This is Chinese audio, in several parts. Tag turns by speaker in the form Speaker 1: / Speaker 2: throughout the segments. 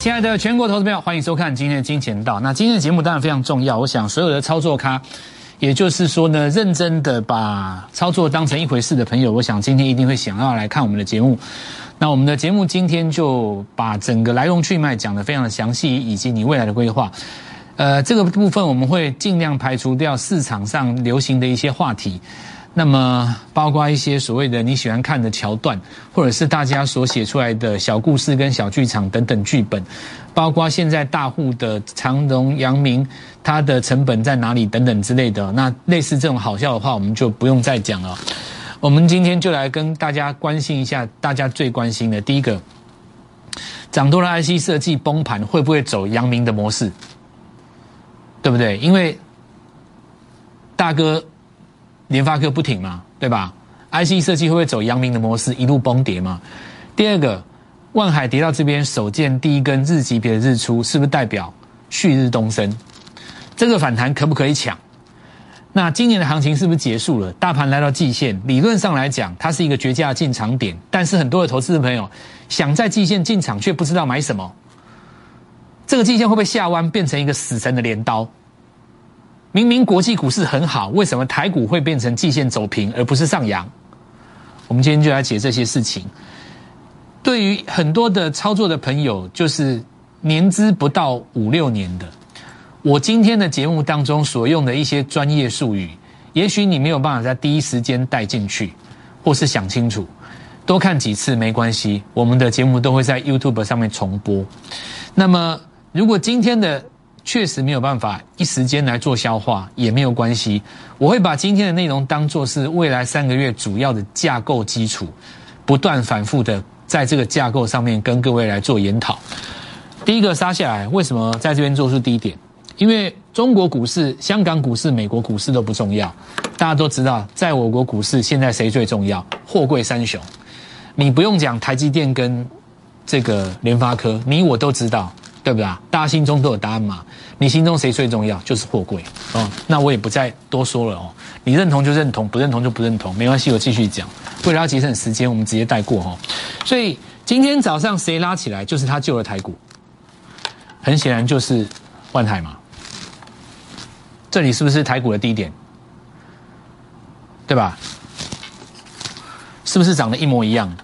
Speaker 1: 亲爱的全国投资朋友，欢迎收看今天的金钱道。那今天的节目当然非常重要，我想所有的操作咖，也就是说呢，认真的把操作当成一回事的朋友，我想今天一定会想要来看我们的节目。那我们的节目今天就把整个来龙去脉讲得非常的详细，以及你未来的规划。这个部分我们会尽量排除掉市场上流行的一些话题。那么包括一些所谓的你喜欢看的桥段，或者是大家所写出来的小故事跟小剧场等等剧本，包括现在大户的长荣、阳明，它的成本在哪里等等之类的。那类似这种好笑的话，我们就不用再讲了。我们今天就来跟大家关心一下大家最关心的第一个，涨多了 IC 设计崩盘会不会走阳明的模式，对不对？因为大哥联发科不挺嘛，对吧？ IC 设计会不会走阳明的模式一路崩跌嘛？第二个，万海跌到这边首见第一根日级别的日出，是不是代表旭日东升？这个反弹可不可以抢？那今年的行情是不是结束了？大盘来到季线，理论上来讲它是一个绝佳的进场点，但是很多的投资人朋友想在季线进场却不知道买什么，这个季线会不会下弯变成一个死神的镰刀？明明国际股市很好，为什么台股会变成季线走平而不是上扬？我们今天就来解这些事情。对于很多的操作的朋友，就是年资不到5-6年的，我今天的节目当中所用的一些专业术语，也许你没有办法在第一时间带进去，或是想清楚，多看几次没关系，我们的节目都会在 YouTube 上面重播。那么如果今天的确实没有办法一时间来做消化，也没有关系。我会把今天的内容当作是未来3个月主要的架构基础，不断反复的在这个架构上面跟各位来做研讨。第一个杀下来，为什么在这边做出低点？因为中国股市、香港股市、美国股市都不重要，大家都知道，在我国股市现在谁最重要？货柜三雄。你不用讲台积电跟这个联发科，你我都知道。对不对啊？大家心中都有答案嘛？你心中谁最重要？就是货柜哦。那我也不再多说了哦。你认同就认同，不认同就不认同，没关系，我继续讲。为了要节省时间，我们直接带过哦。所以今天早上谁拉起来，就是他救了台股。很显然就是万海嘛。这里是不是台股的低点？对吧？是不是长得一模一样？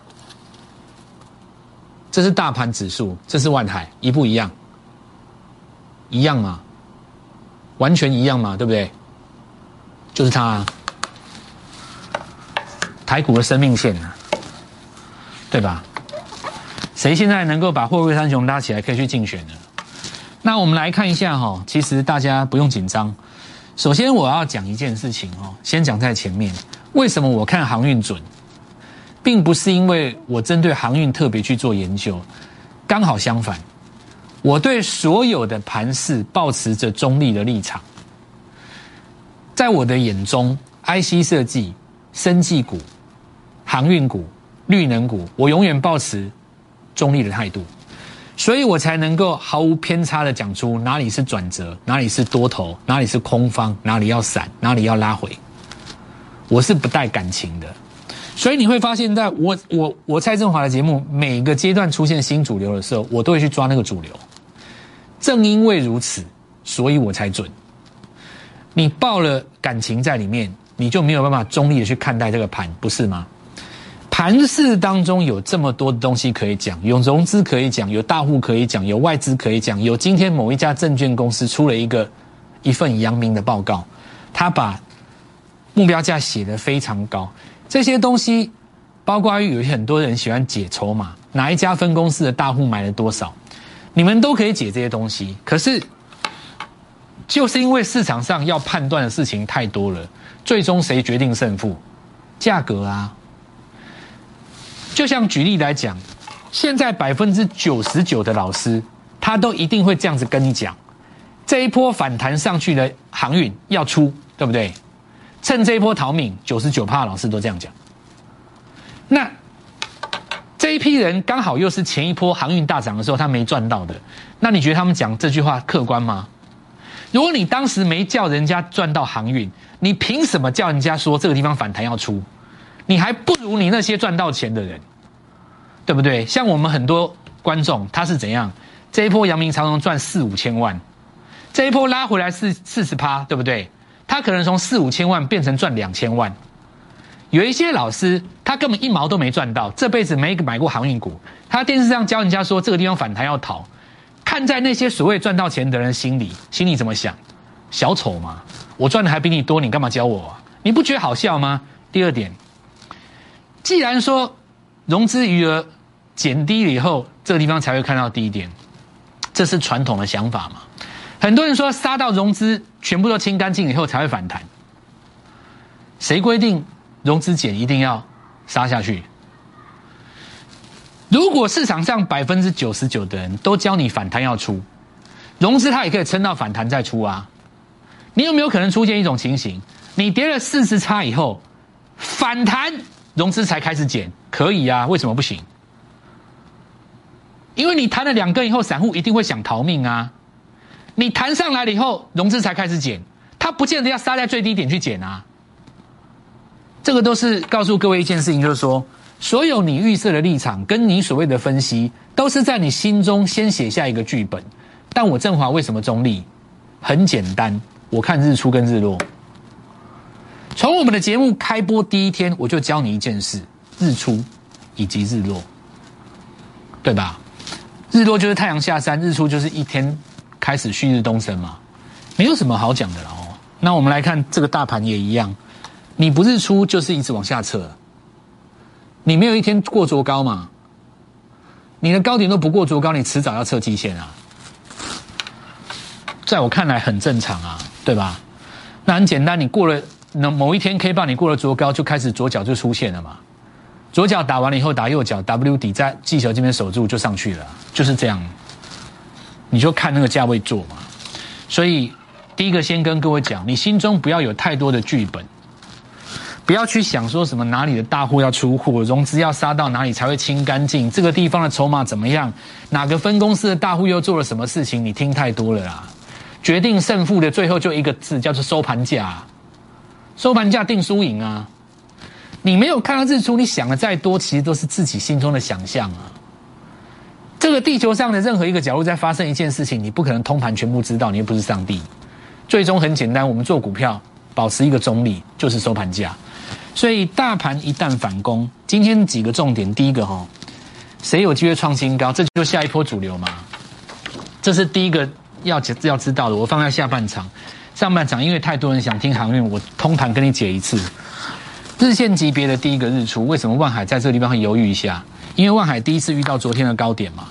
Speaker 1: 这是大盘指数，这是万海，一不一样？一样嘛？完全一样嘛？对不对？就是它啊，台股的生命线啊，对吧？谁现在能够把货柜三雄拉起来，可以去竞选的？那我们来看一下哈，其实大家不用紧张。首先我要讲一件事情哦，先讲在前面，为什么我看航运准？并不是因为我针对航运特别去做研究，刚好相反，我对所有的盘势抱持着中立的立场。在我的眼中 ，IC 设计、生技股、航运股、绿能股，我永远抱持中立的态度，所以我才能够毫无偏差的讲出哪里是转折，哪里是多头，哪里是空方，哪里要闪，哪里要拉回。我是不带感情的。所以你会发现，在我蔡正华的节目，每个阶段出现新主流的时候，我都会去抓那个主流。正因为如此，所以我才准。你抱了感情在里面，你就没有办法中立的去看待这个盘，不是吗？盘势当中有这么多的东西可以讲，有融资可以讲，有大户可以讲，有外资可以讲，有今天某一家证券公司出了一份阳明的报告，他把目标价写得非常高。这些东西，包括有很多人喜欢解筹码，哪一家分公司的大户买了多少，你们都可以解这些东西。可是，就是因为市场上要判断的事情太多了，最终谁决定胜负？价格啊。就像举例来讲，现在99%的老师，他都一定会这样子跟你讲：这一波反弹上去的航运要出，对不对？趁这一波逃命，99%的老师都这样讲。那这一批人刚好又是前一波航运大涨的时候他没赚到的，那你觉得他们讲这句话客观吗？如果你当时没叫人家赚到航运，你凭什么叫人家说这个地方反弹要出？你还不如你那些赚到钱的人，对不对？像我们很多观众他是怎样这一波阳明长荣赚4、5千万，这一波拉回来是40%，对不对？他可能从4、5千万变成赚2000万。有一些老师他根本1毛都没赚到，这辈子没买过航运股，他电视上教人家说这个地方反弹要逃，看在那些所谓赚到钱的人心里怎么想？小丑嘛，我赚的还比你多，你干嘛教我啊？你不觉得好笑吗？第二点，既然说融资余额减低了以后，这个地方才会看到低点，这是传统的想法嘛？很多人说杀到融资全部都清干净以后才会反弹，谁规定融资减一定要杀下去？如果市场上99%的人都教你反弹要出，融资它也可以撑到反弹再出啊。你有没有可能出现一种情形，你跌了40%以后反弹融资才开始减？可以啊，为什么不行？因为你弹了2根以后，散户一定会想逃命啊。你弹上来了以后，融资才开始减，它不见得要杀在最低点去减啊。这个都是告诉各位一件事情，就是说，所有你预设的立场跟你所谓的分析，都是在你心中先写下一个剧本。但我振华为什么中立？很简单，我看日出跟日落。从我们的节目开播第一天，我就教你一件事：日出以及日落，对吧？日落就是太阳下山，日出就是一天开始旭日东升嘛，没有什么好讲的了哦。那我们来看这个大盘也一样，你不日出就是一直往下撤，你没有一天过卓高嘛，你的高点都不过卓高，你迟早要测季线啊。在我看来很正常啊，对吧？那很简单，你过了某一天 K 棒，你过了卓高，就开始左脚就出现了嘛。左脚打完了以后，打右脚 W 底在季线这边守住就上去了，就是这样。你就看那个价位做嘛。所以第一个先跟各位讲，你心中不要有太多的剧本，不要去想说什么哪里的大户要出货，融资要杀到哪里才会清干净，这个地方的筹码怎么样，哪个分公司的大户又做了什么事情，你听太多了啦。决定胜负的最后就一个字，叫做收盘价。收盘价定输赢啊。你没有看到日出，你想的再多，其实都是自己心中的想象啊。这个地球上的任何一个角落在发生一件事情，你不可能通盘全部知道，你又不是上帝。最终很简单，我们做股票保持一个中立，就是收盘价。所以大盘一旦反攻，今天几个重点，第一个谁有机会创新高，这就下一波主流嘛。这是第一个要知道的，我放在下半场。上半场因为太多人想听航运，我通盘跟你解一次。日线级别的第一个日出，为什么万海在这个地方会犹豫一下？因为万海第一次遇到昨天的高点嘛。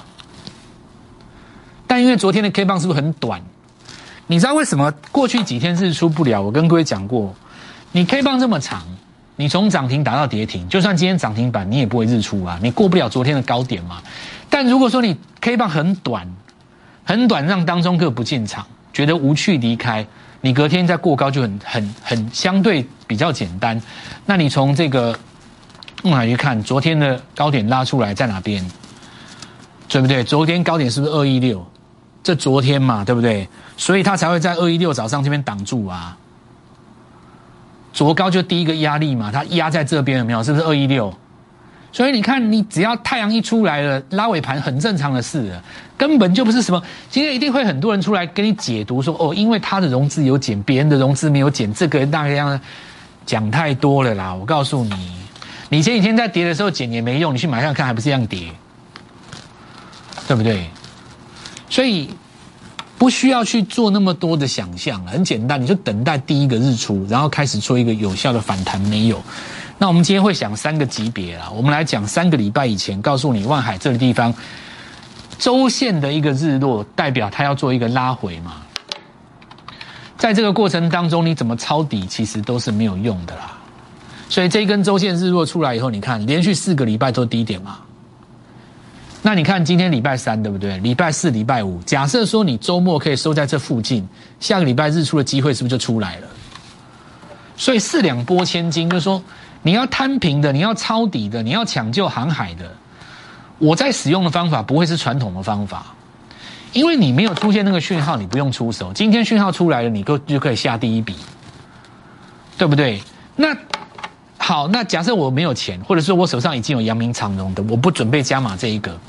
Speaker 1: 但因为昨天的 K 棒是不是很短？你知道为什么过去几天日出不了？我跟各位讲过，你 K 棒这么长，你从涨停打到跌停，就算今天涨停板，你也不会日出啊，你过不了昨天的高点嘛。但如果说你 K 棒很短，让当中客不进场，觉得无趣离开，你隔天再过高就很相对比较简单。那你从这个望海去看，昨天的高点拉出来在哪边？对不对？昨天高点是不是216？这昨天嘛，对不对？所以它才会在216早上这边挡住啊。昨高就第一个压力嘛，它压在这边有没有？是不是216？所以你看，你只要太阳一出来了，拉尾盘很正常的事了，根本就不是什么。今天一定会很多人出来跟你解读说，因为他的融资有减，别人的融资没有减，这个那个样的，讲太多了啦。我告诉你，你前几天在跌的时候减也没用，你去买看看还不是一样跌，对不对？所以不需要去做那么多的想象，很简单，你就等待第一个日出，然后开始做一个有效的反弹。没有。那我们今天会想3个级别啦，我们来讲3个礼拜以前告诉你万海这个地方周线的一个日落，代表它要做一个拉回嘛。在这个过程当中，你怎么抄底其实都是没有用的啦。所以这一根周线日落出来以后，你看连续4个礼拜都低点嘛。那你看今天礼拜3对不对？礼拜4、礼拜5，假设说你周末可以收在这附近，下个礼拜日出的机会是不是就出来了？所以4两拨千斤，就是说你要摊平的，你要抄底的，你要抢救航海的，我在使用的方法不会是传统的方法，因为你没有出现那个讯号，你不用出手。今天讯号出来了，你就可以下第一笔，对不对？那好，那假设我没有钱，或者说我手上已经有阳明长荣的，我不准备加码这一个，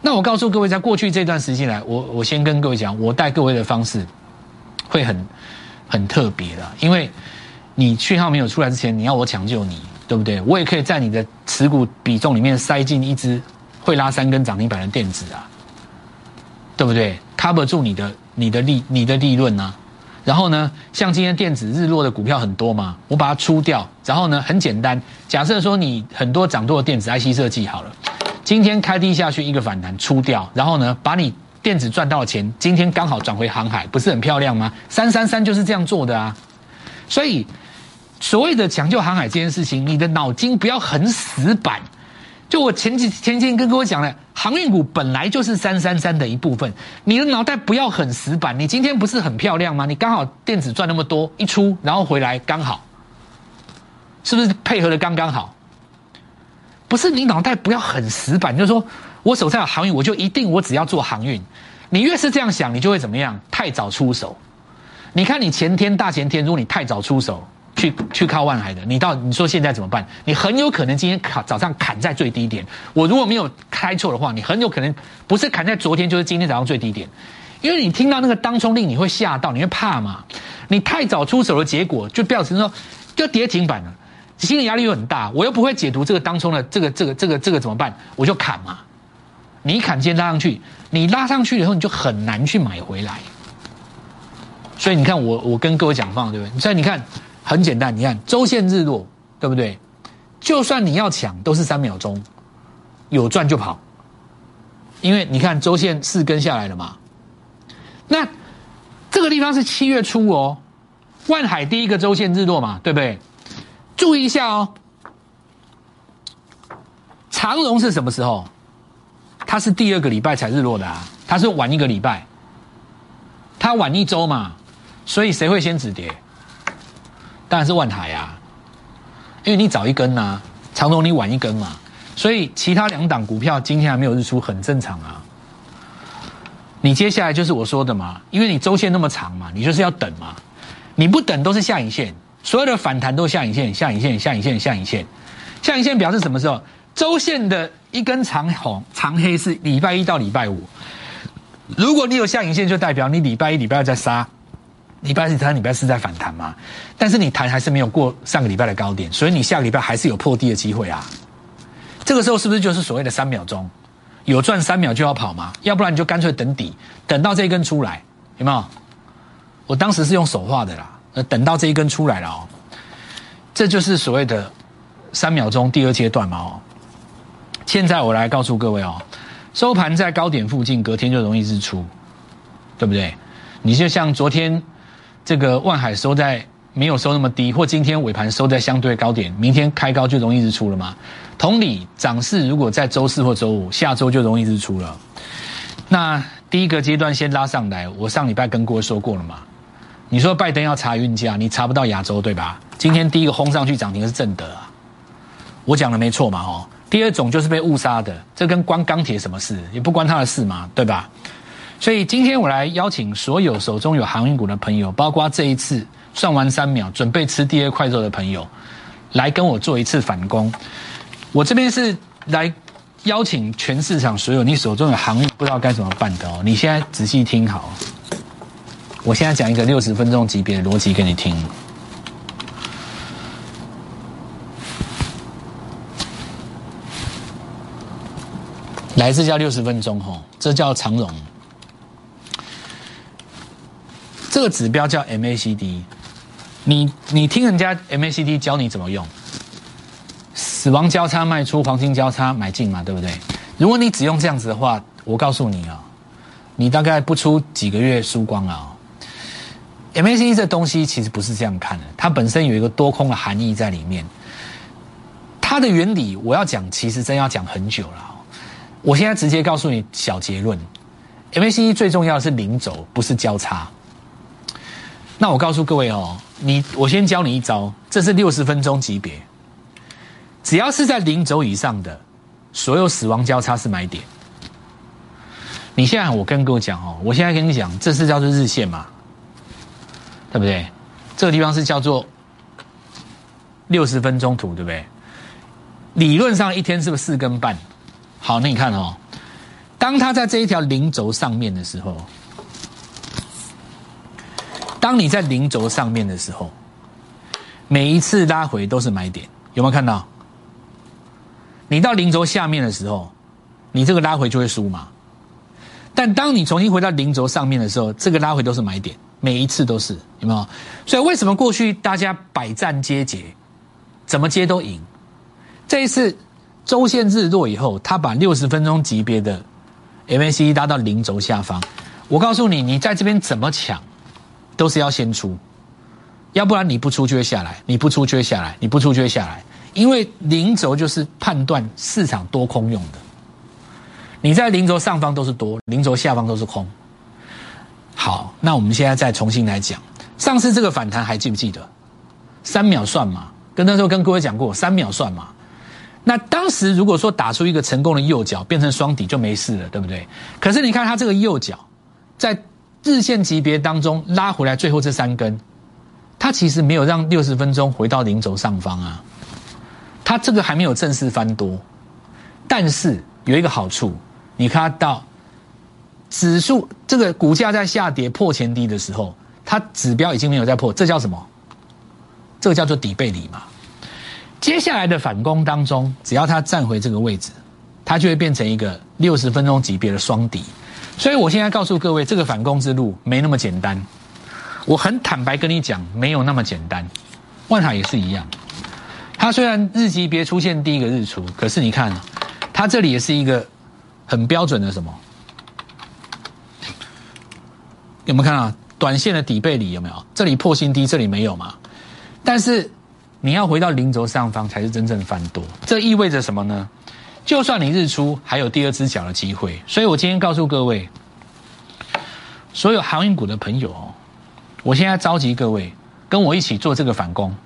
Speaker 1: 那我告诉各位，在过去这段时间来，我先跟各位讲，我带各位的方式会很特别的，因为你讯号没有出来之前，你要我抢救你，对不对？我也可以在你的持股比重里面塞进一只会拉3根涨停板的电子啊，对不对 ？cover 住你的利润啊。然后呢，像今天电子日落的股票很多嘛，我把它出掉，然后呢，很简单，假设说你很多涨多的电子 IC 设计好了，今天开低下去一个反弹出掉，然后呢，把你电子赚到的钱，今天刚好转回航海，不是很漂亮吗？333就是这样做的啊。所以所谓的抢救航海这件事情，你的脑筋不要很死板。就我前几天跟各位讲了，航运股本来就是333的一部分，你的脑袋不要很死板。你今天不是很漂亮吗？你刚好电子赚那么多，一出然后回来刚好，是不是配合的刚刚好？不是，你脑袋不要很死板，就是说我手上有航运，我就一定我只要做航运。你越是这样想，你就会怎么样？太早出手。你看你前天大前天，如果你太早出手去靠万海的，你说现在怎么办？你很有可能今天早上砍在最低点。我如果没有开错的话，你很有可能不是砍在昨天，就是今天早上最低点。因为你听到那个当冲令，你会吓到，你会怕嘛？你太早出手的结果，就表示说就跌停板了，心理压力又很大。我又不会解读这个当冲的这个怎么办？我就砍嘛。你一砍今天拉上去，你拉上去以后你就很难去买回来。所以你看我跟各位讲放，对不对？所以你看。很简单，你看周线日落，对不对？就算你要抢，都是3秒钟，有赚就跑。因为你看周线4根下来了嘛，那这个地方是7月初哦，万海第一个周线日落嘛，对不对？注意一下哦，长荣是什么时候？它是第2个礼拜才日落的啊，它是晚1个礼拜，它晚1周嘛，所以谁会先止跌？当然是万海啊，因为你早1根啊，长荣你晚1根嘛，所以其他2档股票今天还没有日出，很正常啊。你接下来就是我说的嘛，因为你周线那么长嘛，你就是要等嘛，你不等都是下影线，所有的反弹都是下影线，下影线，下影线，下影线，下影线表示什么时候？周线的一根长黑是礼拜1到礼拜5，如果你有下影线，就代表你礼拜1、礼拜2在杀。礼拜3、礼拜4在反弹嘛，但是你弹还是没有过上个礼拜的高点，所以你下个礼拜还是有破低的机会啊。这个时候是不是就是所谓的3秒钟？有赚3秒就要跑嘛，要不然你就干脆等底，等到这一根出来，有没有？我当时是用手画的啦，等到这一根出来了哦，这就是所谓的3秒钟第2阶段嘛哦。现在我来告诉各位哦，收盘在高点附近，隔天就容易日出，对不对？你就像昨天这个万海收在没有收那么低，或今天尾盘收在相对高点，明天开高就容易日出了嘛。同理，涨势如果在周4或周5，下周就容易日出了。那第1个阶段先拉上来，我上礼拜跟各位说过了嘛。你说拜登要查运价，你查不到亚洲对吧？今天第1个轰上去涨停的是正德啊，我讲的没错嘛哦。第2种就是被误杀的，这跟关钢铁什么事？也不关他的事嘛，对吧？所以今天我来邀请所有手中有航运股的朋友，包括这一次算完3秒准备吃第2块肉的朋友，来跟我做一次反攻。我这边是来邀请全市场所有你手中有航运不知道该怎么办的哦，你现在仔细听好，我现在讲一个60分钟级别的逻辑给你听。来，这叫60分钟吼，这叫长荣。这个指标叫 MACD， 你听人家 MACD 教你怎么用，死亡交叉卖出，黄金交叉买进嘛，对不对？如果你只用这样子的话，我告诉你啊，你大概不出几个月输光了哦。MACD 这东西其实不是这样看的，它本身有一个多空的含义在里面。它的原理我要讲，其实真要讲很久了哦。我现在直接告诉你小结论 ，MACD 最重要的是零轴，不是交叉。那我告诉各位哦，我先教你一招，这是60分钟级别，只要是在零轴以上的，所有死亡交叉是买点。你现在我跟各位讲哦，我现在跟你讲，这是叫做日线嘛，对不对？这个地方是叫做60分钟图，对不对？理论上一天是不是4根半？好，那你看哦， 当它在这一条零轴上面的时候，当你在零轴上面的时候，每一次拉回都是买点，有没有看到？你到零轴下面的时候，你这个拉回就会输嘛。但当你重新回到零轴上面的时候，这个拉回都是买点，每一次都是，有没有？所以为什么过去大家百战皆捷，怎么接都赢？这一次周线日落以后，他把60分钟级别的 MACD 拉到零轴下方，我告诉你，你在这边怎么抢，都是要先出，要不然你不出就会下来，你不出就会下来，你不出就会下来，因为零轴就是判断市场多空用的。你在零轴上方都是多，零轴下方都是空。好，那我们现在再重新来讲，上次这个反弹还记不记得？3秒算嘛，那时候跟各位讲过，3秒算嘛。那当时如果说打出一个成功的右脚，变成双底就没事了，对不对？可是你看它这个右脚，在日线级别当中拉回来，最后这3根，它其实没有让60分钟回到零轴上方啊，它这个还没有正式翻多，但是有一个好处。你看到指数这个股价在下跌破前低的时候，它指标已经没有再破，这叫什么？这个叫做底背离嘛。接下来的反攻当中，只要它站回这个位置，它就会变成一个60分钟级别的双底。所以我现在告诉各位，这个反攻之路没那么简单。我很坦白跟你讲，没有那么简单。万海也是一样，它虽然日级别出现第一个日出，可是你看，它这里也是一个很标准的什么？有没有看到短线的底背离？有没有？这里破新低，这里没有嘛？但是你要回到零轴上方才是真正翻多，这意味着什么呢？就算你日出，还有第二只脚的机会。所以我今天告诉各位，所有航运股的朋友哦，我现在召集各位跟我一起做这个反攻，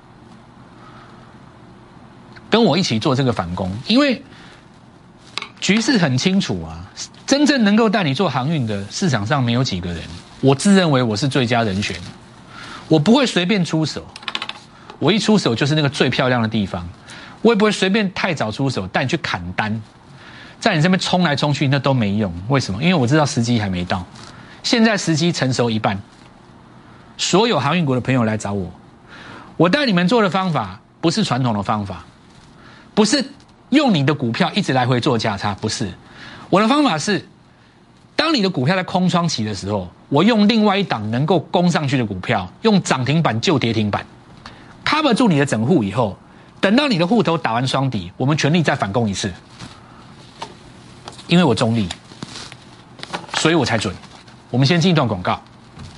Speaker 1: 跟我一起做这个反攻，因为局势很清楚啊，真正能够带你做航运的市场上没有几个人，我自认为我是最佳人选，我不会随便出手，我一出手就是那个最漂亮的地方，我也不会随便太早出手带你去砍单，在你这边冲来冲去那都没用，为什么？因为我知道时机还没到，现在时机成熟一半，所有航运股的朋友来找我，我带你们做的方法不是传统的方法，不是用你的股票一直来回做价差，不是。我的方法是，当你的股票在空窗期的时候，我用另外一档能够攻上去的股票，用涨停板救跌停板 ，cover 住你的整户以后，等到你的户头打完双底，我们全力再反攻一次。因为我中立，所以我才准。我们先进一段广告。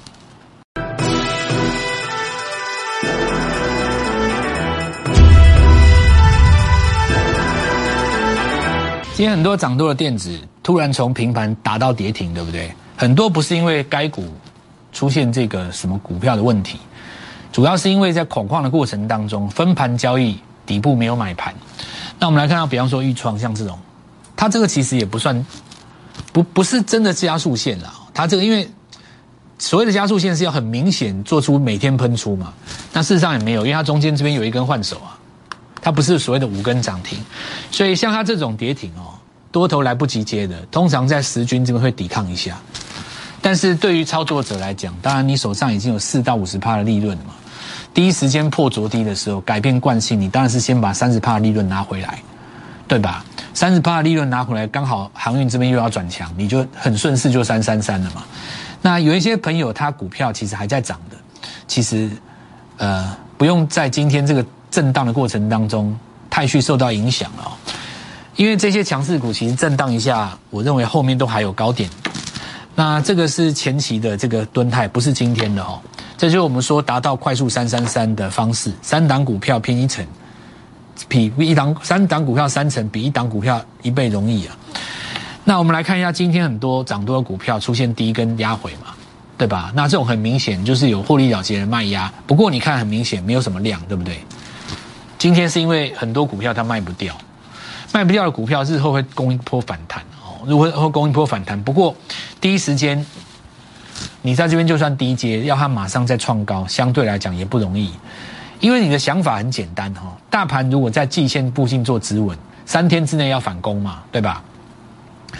Speaker 1: 今天很多涨多的电子突然从平盘打到跌停，对不对？很多不是因为该股出现这个什么股票的问题，主要是因为在恐慌的过程当中分盘交易，底部没有买盘。那我们来看到，比方说裕创像这种，它这个其实也不算不是真的加速线啦，它这个因为所谓的加速线是要很明显做出每天喷出嘛，那事实上也没有，因为它中间这边有一根换手啊。它不是所谓的5根涨停，所以像它这种跌停哦，多头来不及接的，通常在10均这边会抵抗一下。但是对于操作者来讲，当然你手上已经有4到50%的利润了嘛，第一时间破昨低的时候，改变惯性，你当然是先把30%的利润拿回来，对吧？30%的利润拿回来，刚好航运这边又要转强，你就很顺势就333了嘛。那有一些朋友他股票其实还在涨的，其实不用在今天这个震荡的过程当中太去受到影响了哦，因为这些强势股其实震荡一下，我认为后面都还有高点。那这个是前期的这个敦泰，不是今天的哦。这就是我们说达到快速333的方式，3档股票拼1成，比3档股票3成比1档股票1倍容易啊。那我们来看一下今天很多涨多的股票出现第一根压回嘛，对吧？那这种很明显就是有获利了结的卖压，不过你看很明显没有什么量，对不对？今天是因为很多股票它卖不掉的股票日后会攻一波反弹哦，如果会攻一波反弹，不过第一时间你在这边就算低接，要它马上再创高，相对来讲也不容易，因为你的想法很简单哈，大盘如果在季线附近做止稳，3天之内要反攻嘛，对吧？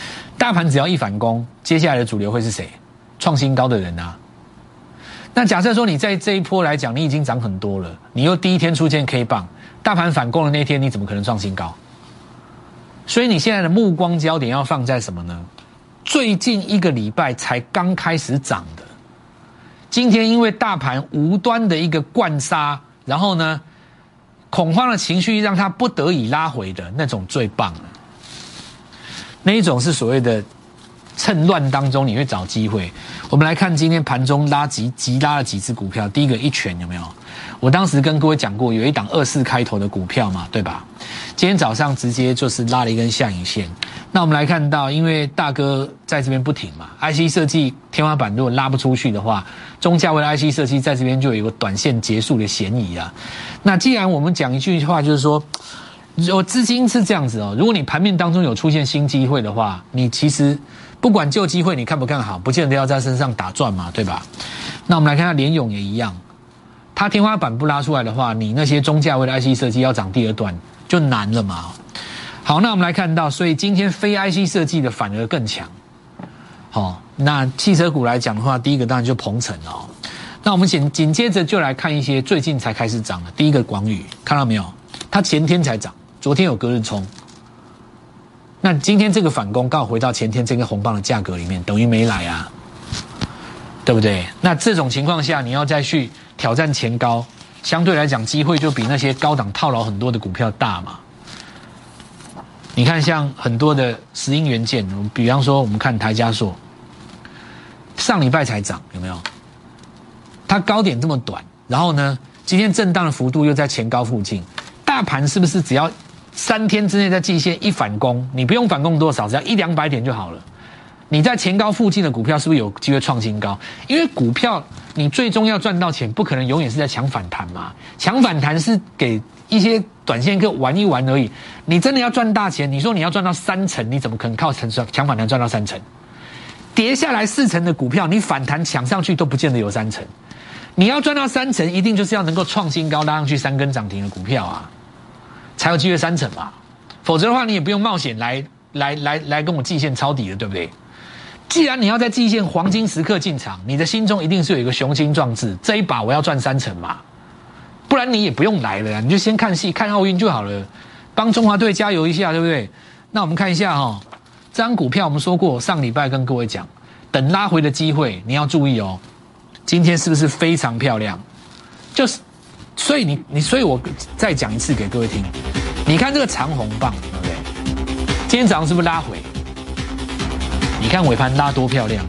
Speaker 1: 大盘只要一反攻，接下来的主流会是谁？创新高的人啊。那假设说你在这一波来讲，你已经涨很多了，你又第一天出现 K 棒，大盘反攻的那天，你怎么可能创新高？所以你现在的目光焦点要放在什么呢？最近一个礼拜才刚开始涨的，今天因为大盘无端的一个灌杀，然后呢，恐慌的情绪让它不得已拉回的那种最棒了。那一种是所谓的趁乱当中你会找机会。我们来看今天盘中急拉了几只股票。第一个一拳有没有？我当时跟各位讲过，有一档24开头的股票嘛，对吧？今天早上直接就是拉了一根下影线。那我们来看到，因为大哥在这边不停嘛 ，IC 设计天花板如果拉不出去的话，中价位的 IC 设计在这边就有一个短线结束的嫌疑啊。那既然我们讲一句话，就是说，有资金是这样子哦，如果你盘面当中有出现新机会的话，你其实不管旧机会你看不看好，不见得要在身上打转嘛，对吧？那我们来看下联咏也一样，它天花板不拉出来的话，你那些中价位的 IC 设计要涨第二段就难了嘛。好，那我们来看到，所以今天非 IC 设计的反而更强。好，那汽车股来讲的话，第一个当然就鹏程哦。那我们紧接着就来看一些最近才开始涨的。第一个广宇，看到没有？它前天才涨，昨天有隔日冲。那今天这个反攻刚好回到前天这个红棒的价格里面，等于没来啊，对不对？那这种情况下，你要再去挑战前高，相对来讲机会就比那些高档套牢很多的股票大嘛。你看，像很多的石英元件，比方说我们看台嘉硕，上礼拜才涨，有没有？它高点这么短，然后呢，今天震荡的幅度又在前高附近，大盘是不是只要3天之内在季线一反攻，你不用反攻多少，只要100-200点就好了。你在前高附近的股票是不是有机会创新高？因为股票你最终要赚到钱，不可能永远是在抢反弹嘛。抢反弹是给一些短线客玩一玩而已。你真的要赚大钱，你说你要赚到3成，你怎么可能靠抢反弹赚到3成？跌下来4成的股票，你反弹抢上去都不见得有3成。你要赚到3成，一定就是要能够创新高拉上去3根涨停的股票啊，才有机会3成嘛。否则的话，你也不用冒险来跟我季线抄底了，对不对？既然你要在季线黄金时刻进场，你的心中一定是有一个雄心壮志，这一把我要赚3成嘛，不然你也不用来了，你就先看戏看奥运就好了，帮中华队加油一下，对不对？那我们看一下哦，这张股票我们说过，上礼拜跟各位讲，等拉回的机会你要注意哦。今天是不是非常漂亮？就是，所以所以我再讲一次给各位听，你看这个长红棒，对不对？今天早上是不是拉回？你看尾盘拉多漂亮！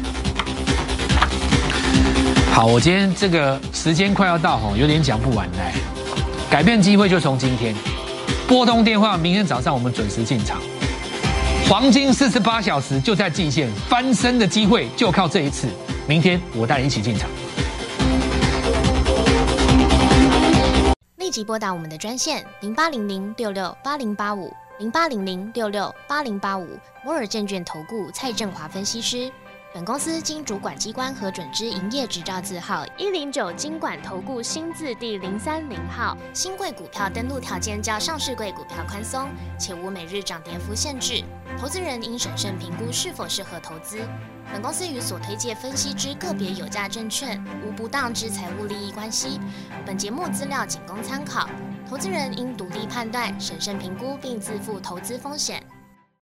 Speaker 1: 好，我今天这个时间快要到哈，有点讲不完来。改变机会就从今天，拨通电话，明天早上我们准时进场。黄金48小时就在季线，翻身的机会就靠这一次。明天我带你一起进场。
Speaker 2: 立即拨打我们的专线0800668085。0800668085，摩尔证券投顾蔡正华分析师。本公司经主管机关核准之营业执照字号109金管投顾新字第030号。新贵股票登录条件较上市贵股票宽松，且无每日涨跌幅限制。投资人应审慎评估是否适合投资。本公司与所推介分析之个别有价证券无不当之财务利益关系。本节目资料仅供参考。投资人应独立判断、审慎评估，并自负投资风险。